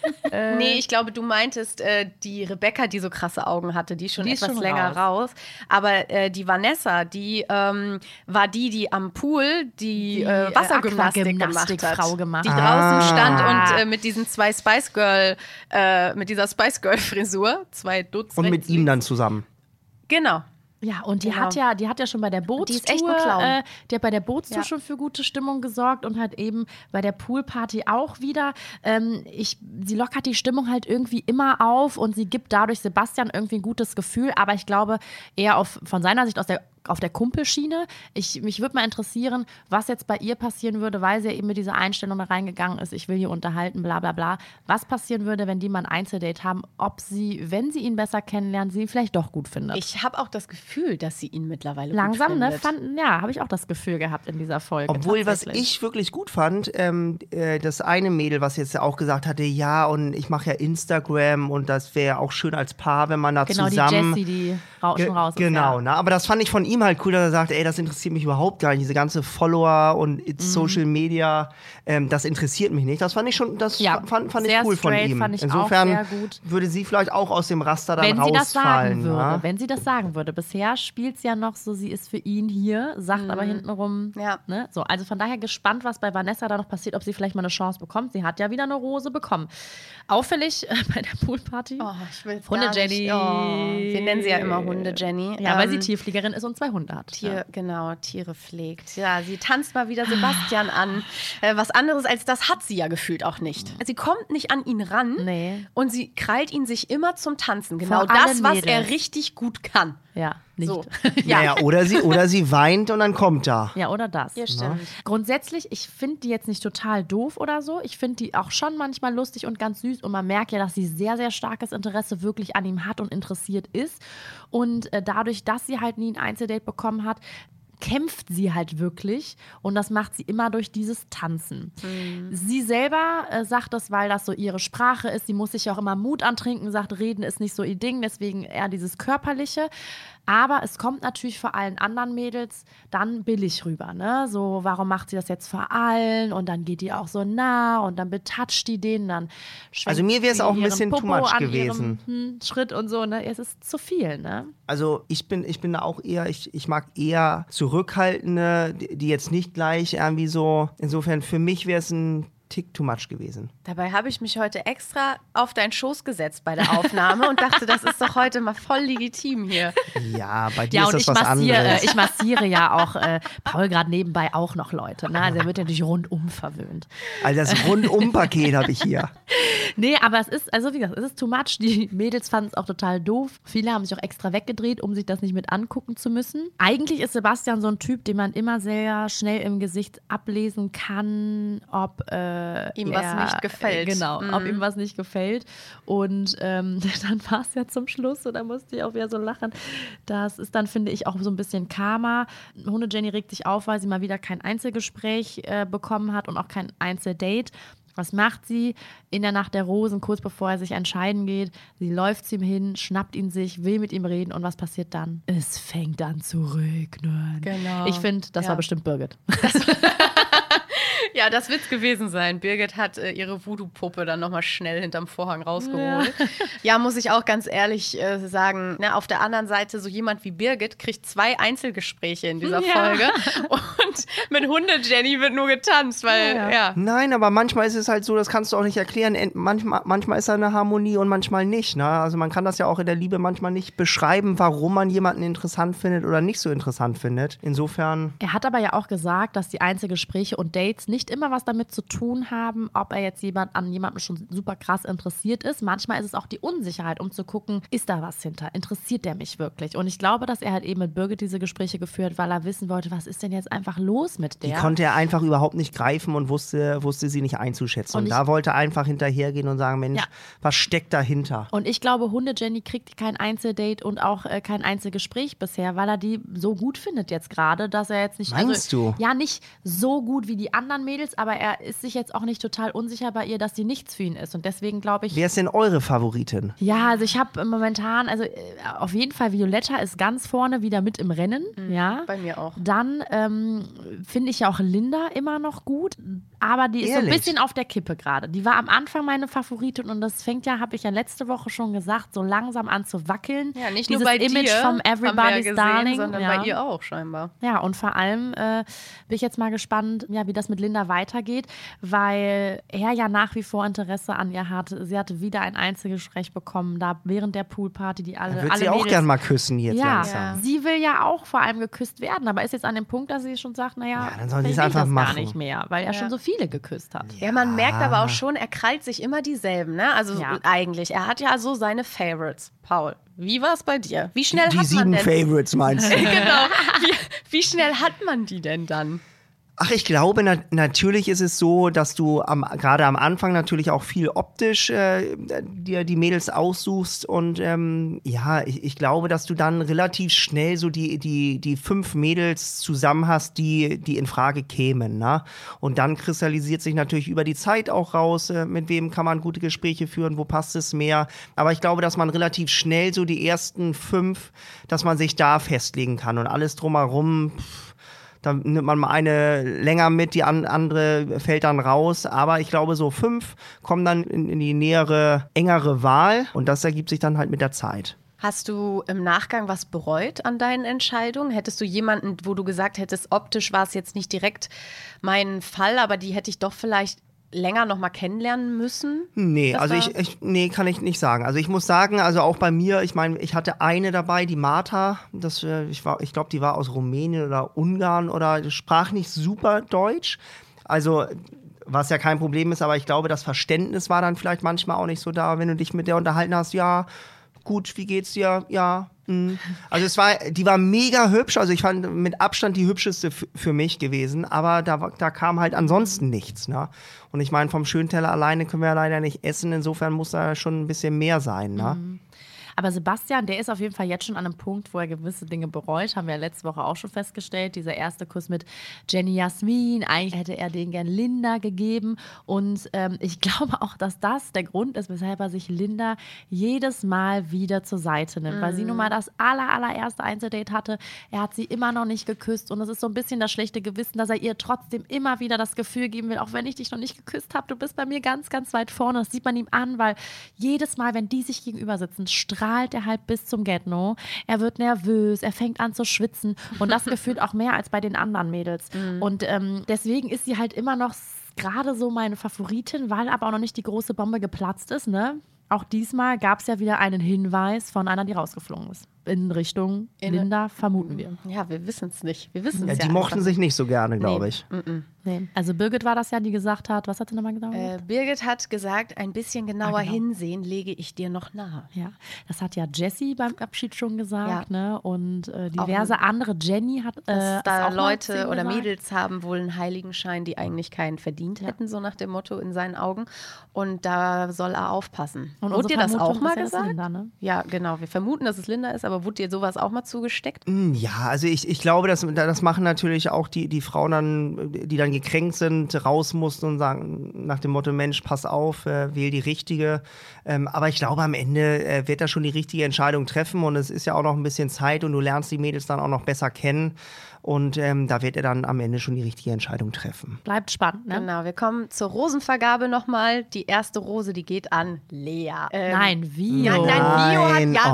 Nee, ich glaube, du meintest die Rebecca, die so krasse Augen hatte, die ist schon Die ist etwas schon länger raus. Aber die Vanessa, die war die am Pool die Wassergymnastik gemacht hat. Aquagymnastikfrau gemacht die hat. draußen stand Ah. und mit diesen zwei mit dieser Spice Girl Frisur, 2 Dutzend. Und mit ihm dann zusammen. Genau. Ja, und die Genau. hat ja schon bei der Bootstour, Die ist echt ein Clown. die hat bei der Bootstour Ja. schon für gute Stimmung gesorgt und hat eben bei der Poolparty auch wieder. Sie lockert die Stimmung halt irgendwie immer auf und sie gibt dadurch Sebastian irgendwie ein gutes Gefühl, aber ich glaube eher von seiner Sicht aus der auf der Kumpelschiene. Mich würde mal interessieren, was jetzt bei ihr passieren würde, weil sie ja eben mit dieser Einstellung da reingegangen ist, ich will hier unterhalten, bla bla bla. Was passieren würde, wenn die mal ein Einzeldate haben, ob sie, wenn sie ihn besser kennenlernen, sie ihn vielleicht doch gut findet. Ich habe auch das Gefühl, dass sie ihn mittlerweile langsam, gut findet. ne? Habe ich auch das Gefühl gehabt in dieser Folge. Obwohl, was ich wirklich gut fand, das eine Mädel, was jetzt auch gesagt hatte, ja, und ich mache ja Instagram und das wäre auch schön als Paar, wenn man da zusammen... Die Jessie, die schon raus ist. Genau, ja. ne? Aber das fand ich von ihm halt cool, dass er sagt, ey, das interessiert mich überhaupt gar nicht, diese ganze Follower und Social Media, das interessiert mich nicht. Das fand ich schon, fand ich cool von ihm. Fand ich Insofern auch sehr gut. würde sie vielleicht auch aus dem Raster dann wenn rausfallen. Wenn sie das sagen würde. Bisher spielt sie ja noch so, sie ist für ihn hier, sagt aber hintenrum, ne? So, also von daher gespannt, was bei Vanessa da noch passiert, ob sie vielleicht mal eine Chance bekommt. Sie hat ja wieder eine Rose bekommen. Auffällig bei der Poolparty. Oh, ich will Hunde-Jenny. Wir nennen sie ja immer Hunde-Jenny. Ja, weil sie Tierpflegerin ist und 2 Hunde hat. Genau, Tiere pflegt. Ja, sie tanzt mal wieder Sebastian an. Was anderes als das hat sie ja gefühlt auch nicht. Sie kommt nicht an ihn ran und sie krallt ihn sich immer zum Tanzen. Genau das, was er richtig gut kann. Ja, nicht. So. Ja, oder sie weint und dann kommt er. Ja, oder das. Ja, stimmt. Grundsätzlich, ich finde die jetzt nicht total doof oder so. Ich finde die auch schon manchmal lustig und ganz süß. Und man merkt ja, dass sie sehr, sehr starkes Interesse wirklich an ihm hat und interessiert ist. Und dadurch, dass sie halt nie ein Einzeldate bekommen hat, kämpft sie halt wirklich und das macht sie immer durch dieses Tanzen. Sie selber sagt das, weil das so ihre Sprache ist. Sie muss sich auch immer Mut antrinken, sagt, reden ist nicht so ihr Ding, deswegen eher dieses Körperliche. Aber es kommt natürlich vor allen anderen Mädels dann billig rüber, ne? So, warum macht sie das jetzt vor allen? Und dann geht die auch so nah und dann betatscht die den, dann schwenkt also mir wäre es auch ein bisschen Popo too much an gewesen. Ihrem, Schritt und so, ne? Es ist zu viel, ne? Also ich bin da auch eher, ich mag eher Zurückhaltende, die jetzt nicht gleich irgendwie so, insofern für mich wäre es ein Tick too much gewesen. Dabei habe ich mich heute extra auf deinen Schoß gesetzt bei der Aufnahme und dachte, das ist doch heute mal voll legitim hier. Ja, bei dir ist das was anderes. Ja, und ich massiere ja auch Paul gerade nebenbei auch noch Leute. Ne? Also er wird ja natürlich rundum verwöhnt. Also das Rundum-Paket habe ich hier. Nee, aber es ist, also wie gesagt, es ist too much. Die Mädels fanden es auch total doof. Viele haben sich auch extra weggedreht, um sich das nicht mit angucken zu müssen. Eigentlich ist Sebastian so ein Typ, den man immer sehr schnell im Gesicht ablesen kann, ob ihm was nicht gefällt. Genau, ob ihm was nicht gefällt. Und dann war es ja zum Schluss, und da musste ich auch wieder so lachen. Das ist dann, finde ich, auch so ein bisschen Karma. Hunde-Jenny regt sich auf, weil sie mal wieder kein Einzelgespräch bekommen hat und auch kein Einzeldate. Was macht sie in der Nacht der Rosen, kurz bevor er sich entscheiden geht? Sie läuft zu ihm hin, schnappt ihn sich, will mit ihm reden und was passiert dann? Es fängt an zu regnen. Genau. Ich finde, das war bestimmt Birgit. Ja, das wird's gewesen sein. Birgit hat ihre Voodoo-Puppe dann nochmal schnell hinterm Vorhang rausgeholt. Ja, muss ich auch ganz ehrlich sagen, ne, auf der anderen Seite, so jemand wie Birgit kriegt 2 Einzelgespräche in dieser Folge und mit Hunde-Jenny wird nur getanzt, weil, Nein, aber manchmal ist es halt so, das kannst du auch nicht erklären. Manchmal ist da eine Harmonie und manchmal nicht. Ne? Also man kann das ja auch in der Liebe manchmal nicht beschreiben, warum man jemanden interessant findet oder nicht so interessant findet. Insofern... Er hat aber ja auch gesagt, dass die Einzelgespräche und Dates nicht immer was damit zu tun haben, ob er jetzt an jemandem schon super krass interessiert ist. Manchmal ist es auch die Unsicherheit, um zu gucken, ist da was hinter? Interessiert der mich wirklich? Und ich glaube, dass er halt eben mit Birgit diese Gespräche geführt, weil er wissen wollte, was ist denn jetzt einfach los mit der? Die konnte er einfach überhaupt nicht greifen und wusste sie nicht einzuschätzen. Und da wollte er einfach hinterhergehen und sagen, Mensch, was steckt dahinter? Und ich glaube, Hunde-Jenny kriegt kein Einzeldate und auch kein Einzelgespräch bisher, weil er die so gut findet jetzt gerade, dass er jetzt nicht... Meinst du? Ja, nicht so gut wie die anderen Mädels, aber er ist sich jetzt auch nicht total unsicher bei ihr, dass sie nichts für ihn ist. Und deswegen glaube ich... Wer ist denn eure Favoritin? Ja, also ich habe momentan, also auf jeden Fall Violetta ist ganz vorne wieder mit im Rennen. Ja. Bei mir auch. Dann finde ich ja auch Linda immer noch gut, aber die ist so ein bisschen auf der Kippe gerade. Die war am Anfang meine Favoritin und das fängt ja, habe ich ja letzte Woche schon gesagt, so langsam an zu wackeln. Ja, nicht dieses nur bei Image dir, vom Everybody's gesehen, Darling, sondern bei ihr auch scheinbar. Ja, und vor allem bin ich jetzt mal gespannt, wie das mit Linda weitergeht, weil er ja nach wie vor Interesse an ihr hat. Sie hatte wieder ein Einzelgespräch bekommen, da während der Poolparty, die alle Würde sie auch Mädels, gern mal küssen jetzt langsam. Sie will ja auch vor allem geküsst werden, aber ist jetzt an dem Punkt, dass sie schon sagt, naja, dann soll sie es ich einfach das machen. gar nicht mehr, weil er schon so viele geküsst hat. Ja, man merkt aber auch schon, er krallt sich immer dieselben, ne? Also eigentlich, er hat ja so seine Favorites. Paul, wie war es bei dir? Wie schnell Die hat man 7 denn? Favorites meinst du? Genau. Wie schnell hat man die denn dann? Ach, ich glaube, natürlich ist es so, dass du gerade am Anfang natürlich auch viel optisch dir die Mädels aussuchst und ich glaube, dass du dann relativ schnell so die 5 Mädels zusammen hast, die in Frage kämen, ne? Und dann kristallisiert sich natürlich über die Zeit auch raus, mit wem kann man gute Gespräche führen, wo passt es mehr. Aber ich glaube, dass man relativ schnell so die ersten 5, dass man sich da festlegen kann und alles drumherum. Dann nimmt man mal eine länger mit, die andere fällt dann raus. Aber ich glaube, so 5 kommen dann in die nähere, engere Wahl. Und das ergibt sich dann halt mit der Zeit. Hast du im Nachgang was bereut an deinen Entscheidungen? Hättest du jemanden, wo du gesagt hättest, optisch war es jetzt nicht direkt mein Fall, aber die hätte ich doch vielleicht länger noch mal kennenlernen müssen? Nee, also nee, kann ich nicht sagen. Also ich muss sagen, also auch bei mir, ich meine, ich hatte eine dabei, die Martha, ich glaube, die war aus Rumänien oder Ungarn oder sprach nicht super Deutsch. Also was ja kein Problem ist, aber ich glaube, das Verständnis war dann vielleicht manchmal auch nicht so da, wenn du dich mit der unterhalten hast, ja, gut, wie geht's dir? Ja. Also die war mega hübsch, also ich fand mit Abstand die hübscheste für mich gewesen, aber da kam halt ansonsten nichts, ne? Und ich meine, vom Schönteller alleine können wir ja leider nicht essen, insofern muss da schon ein bisschen mehr sein, ne? Aber Sebastian, der ist auf jeden Fall jetzt schon an einem Punkt, wo er gewisse Dinge bereut. Haben wir ja letzte Woche auch schon festgestellt. Dieser erste Kuss mit Jenny Jasmin. Eigentlich hätte er den gern Linda gegeben. Und ich glaube auch, dass das der Grund ist, weshalb er sich Linda jedes Mal wieder zur Seite nimmt. Weil sie nun mal das allererste Einzeldate hatte. Er hat sie immer noch nicht geküsst. Und es ist so ein bisschen das schlechte Gewissen, dass er ihr trotzdem immer wieder das Gefühl geben will, auch wenn ich dich noch nicht geküsst habe, du bist bei mir ganz, ganz weit vorne. Das sieht man ihm an, weil jedes Mal, wenn die sich gegenüber sitzen, strahlt er halt bis zum Get-No. Er wird nervös, er fängt an zu schwitzen und das gefühlt auch mehr als bei den anderen Mädels. Und deswegen ist sie halt immer noch gerade so meine Favoritin, weil aber auch noch nicht die große Bombe geplatzt ist, ne? Auch diesmal gab es ja wieder einen Hinweis von einer, die rausgeflogen ist. In Richtung Linda, vermuten wir. Ja, wir wissen es nicht. Wir wissen Ja, es die mochten sich nicht so gerne, glaube ich. Nee. Also Birgit war das ja, die gesagt hat, was hat sie nochmal gesagt? Birgit hat gesagt, ein bisschen genauer hinsehen lege ich dir noch nahe. Ja, das hat ja Jessie beim Abschied schon gesagt, ne? Und diverse andere. Jenny hat dass da auch Leute oder gesagt. Mädels haben wohl einen Heiligenschein, die eigentlich keinen verdient hätten, so nach dem Motto in seinen Augen. Und da soll er aufpassen. Und wurde dir das auch mal ist ja gesagt? Linda, ne? Ja, genau. Wir vermuten, dass es Linda ist, aber wurde dir sowas auch mal zugesteckt? Ja, also ich glaube, das machen natürlich auch die Frauen dann, die dann gekränkt sind, raus mussten und sagen nach dem Motto, Mensch, pass auf, wähl die richtige. Aber ich glaube, am Ende wird er schon die richtige Entscheidung treffen und es ist ja auch noch ein bisschen Zeit und du lernst die Mädels dann auch noch besser kennen. Und da wird er dann am Ende schon die richtige Entscheidung treffen. Bleibt spannend, ne? Genau, wir kommen zur Rosenvergabe nochmal. Die erste Rose, die geht an Lea. Nein, Vio. Nein, Vio hat ja...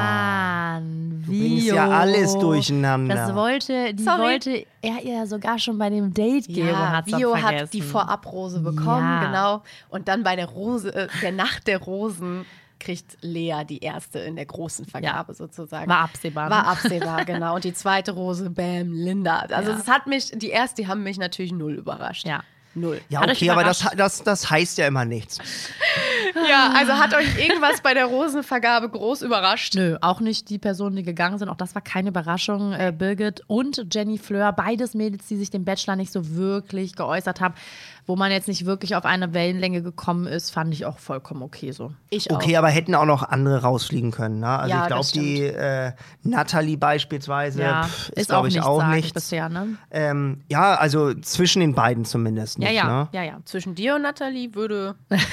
Mann, Du bringst ja alles durcheinander. Das wollte er ihr sogar schon bei dem Date geben und hat's Vio dann vergessen. hat die Vorabrose bekommen, Ja. genau. Und dann bei der Rose, der Nacht der Rosen, kriegt Lea die erste in der großen Vergabe sozusagen. War absehbar. War absehbar, genau. Und die zweite Rose, bam, Linda. Also das hat mich, die haben mich natürlich null überrascht. Ja. Null. Ja, Hat euch okay, aber überrascht? das heißt ja immer nichts. Ja, also hat euch irgendwas bei der Rosenvergabe groß überrascht? Nö, auch nicht die Personen, die gegangen sind. Auch das war keine Überraschung. Birgit und Jenny Fleur, beides Mädels, die sich dem Bachelor nicht so wirklich geäußert haben, wo man jetzt nicht wirklich auf eine Wellenlänge gekommen ist, fand ich auch vollkommen okay so. Ich auch. Okay, aber hätten auch noch andere rausfliegen können. Ne? Also Ja, ich das glaube, die Natalie beispielsweise ist glaube ich auch nichts. bisher, ne? Ja, also zwischen den beiden zumindest nicht. Ne? Ja. Zwischen dir und Nathalie würde...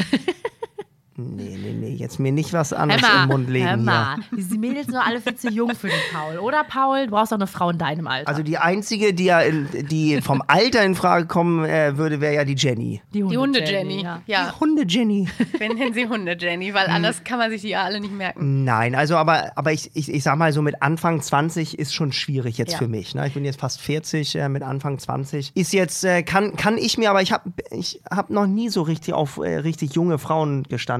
Nee, jetzt mir nicht was anderes im Mund legen. Hör Hier. mal. Die Mädels sind doch alle viel zu jung für den Paul. Oder, Paul? Du brauchst doch eine Frau in deinem Alter. Also die einzige, die vom Alter in Frage kommen würde, wäre ja die Jenny. Die Hunde-Jenny. Ja. Ja, Hunde-Jenny. wir nennen sie Hunde-Jenny, weil anders kann man sich die ja alle nicht merken. Nein, also aber ich sag mal so mit Anfang 20 ist schon schwierig jetzt für mich. Ne? Ich bin jetzt fast 40, mit Anfang 20. Ist jetzt, kann ich mir, aber ich hab noch nie so richtig auf richtig junge Frauen gestanden.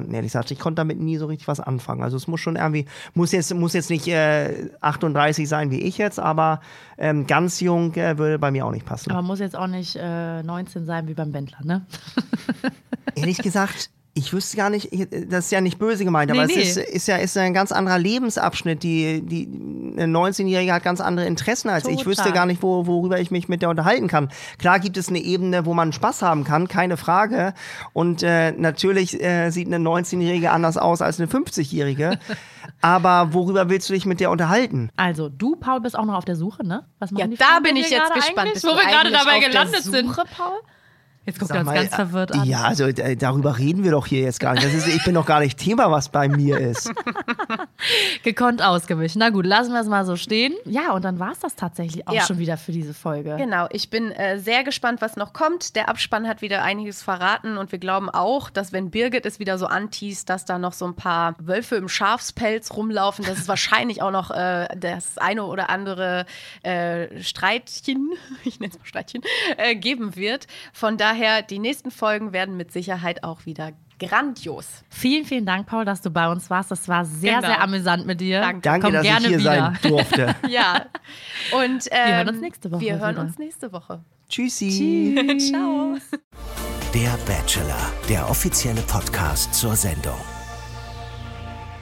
verstanden, ehrlich gesagt. Ich konnte damit nie so richtig was anfangen. Also es muss schon irgendwie, muss jetzt nicht 38 sein wie ich jetzt, aber ganz jung würde bei mir auch nicht passen. Aber muss jetzt auch nicht 19 sein wie beim Wendler, ne? Ehrlich gesagt, ich wüsste gar nicht, das ist ja nicht böse gemeint, aber es ist ja ein ganz anderer Lebensabschnitt. Die 19-Jährige hat ganz andere Interessen als ich. Ich wüsste gar nicht, worüber ich mich mit der unterhalten kann. Klar gibt es eine Ebene, wo man Spaß haben kann, keine Frage. Und natürlich sieht eine 19-Jährige anders aus als eine 50-Jährige. Aber worüber willst du dich mit der unterhalten? Also, du, Paul, bist auch noch auf der Suche, ne? Was machen die da Frauen bin bei ich dir jetzt gerade gespannt. eigentlich? Bist Wo du wir gerade eigentlich dabei auf der gelandet sind. Suche, Paul? Jetzt guckt Sag er uns mal, ganz verwirrt an. Ja, also darüber reden wir doch hier jetzt gar nicht. Ich bin doch gar nicht Thema, was bei mir ist. Gekonnt ausgewichen. Na gut, lassen wir es mal so stehen. Ja, und dann war es das tatsächlich auch schon wieder für diese Folge. Genau, ich bin sehr gespannt, was noch kommt. Der Abspann hat wieder einiges verraten und wir glauben auch, dass wenn Birgit es wieder so anteast, dass da noch so ein paar Wölfe im Schafspelz rumlaufen, dass es wahrscheinlich auch noch das eine oder andere Streitchen, ich nenne es mal Streitchen, geben wird. Von daher, die nächsten Folgen werden mit Sicherheit auch wieder grandios. Vielen, vielen Dank, Paul, dass du bei uns warst. Das war sehr, sehr amüsant mit dir. Danke, Komm dass gerne ich hier wieder sein durfte. Ja. Und wir hören uns nächste Woche. Wir hören uns nächste Woche. Tschüssi. Tschüss. Ciao. Der Bachelor, der offizielle Podcast zur Sendung.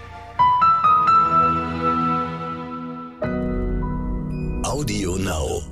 Audio Now.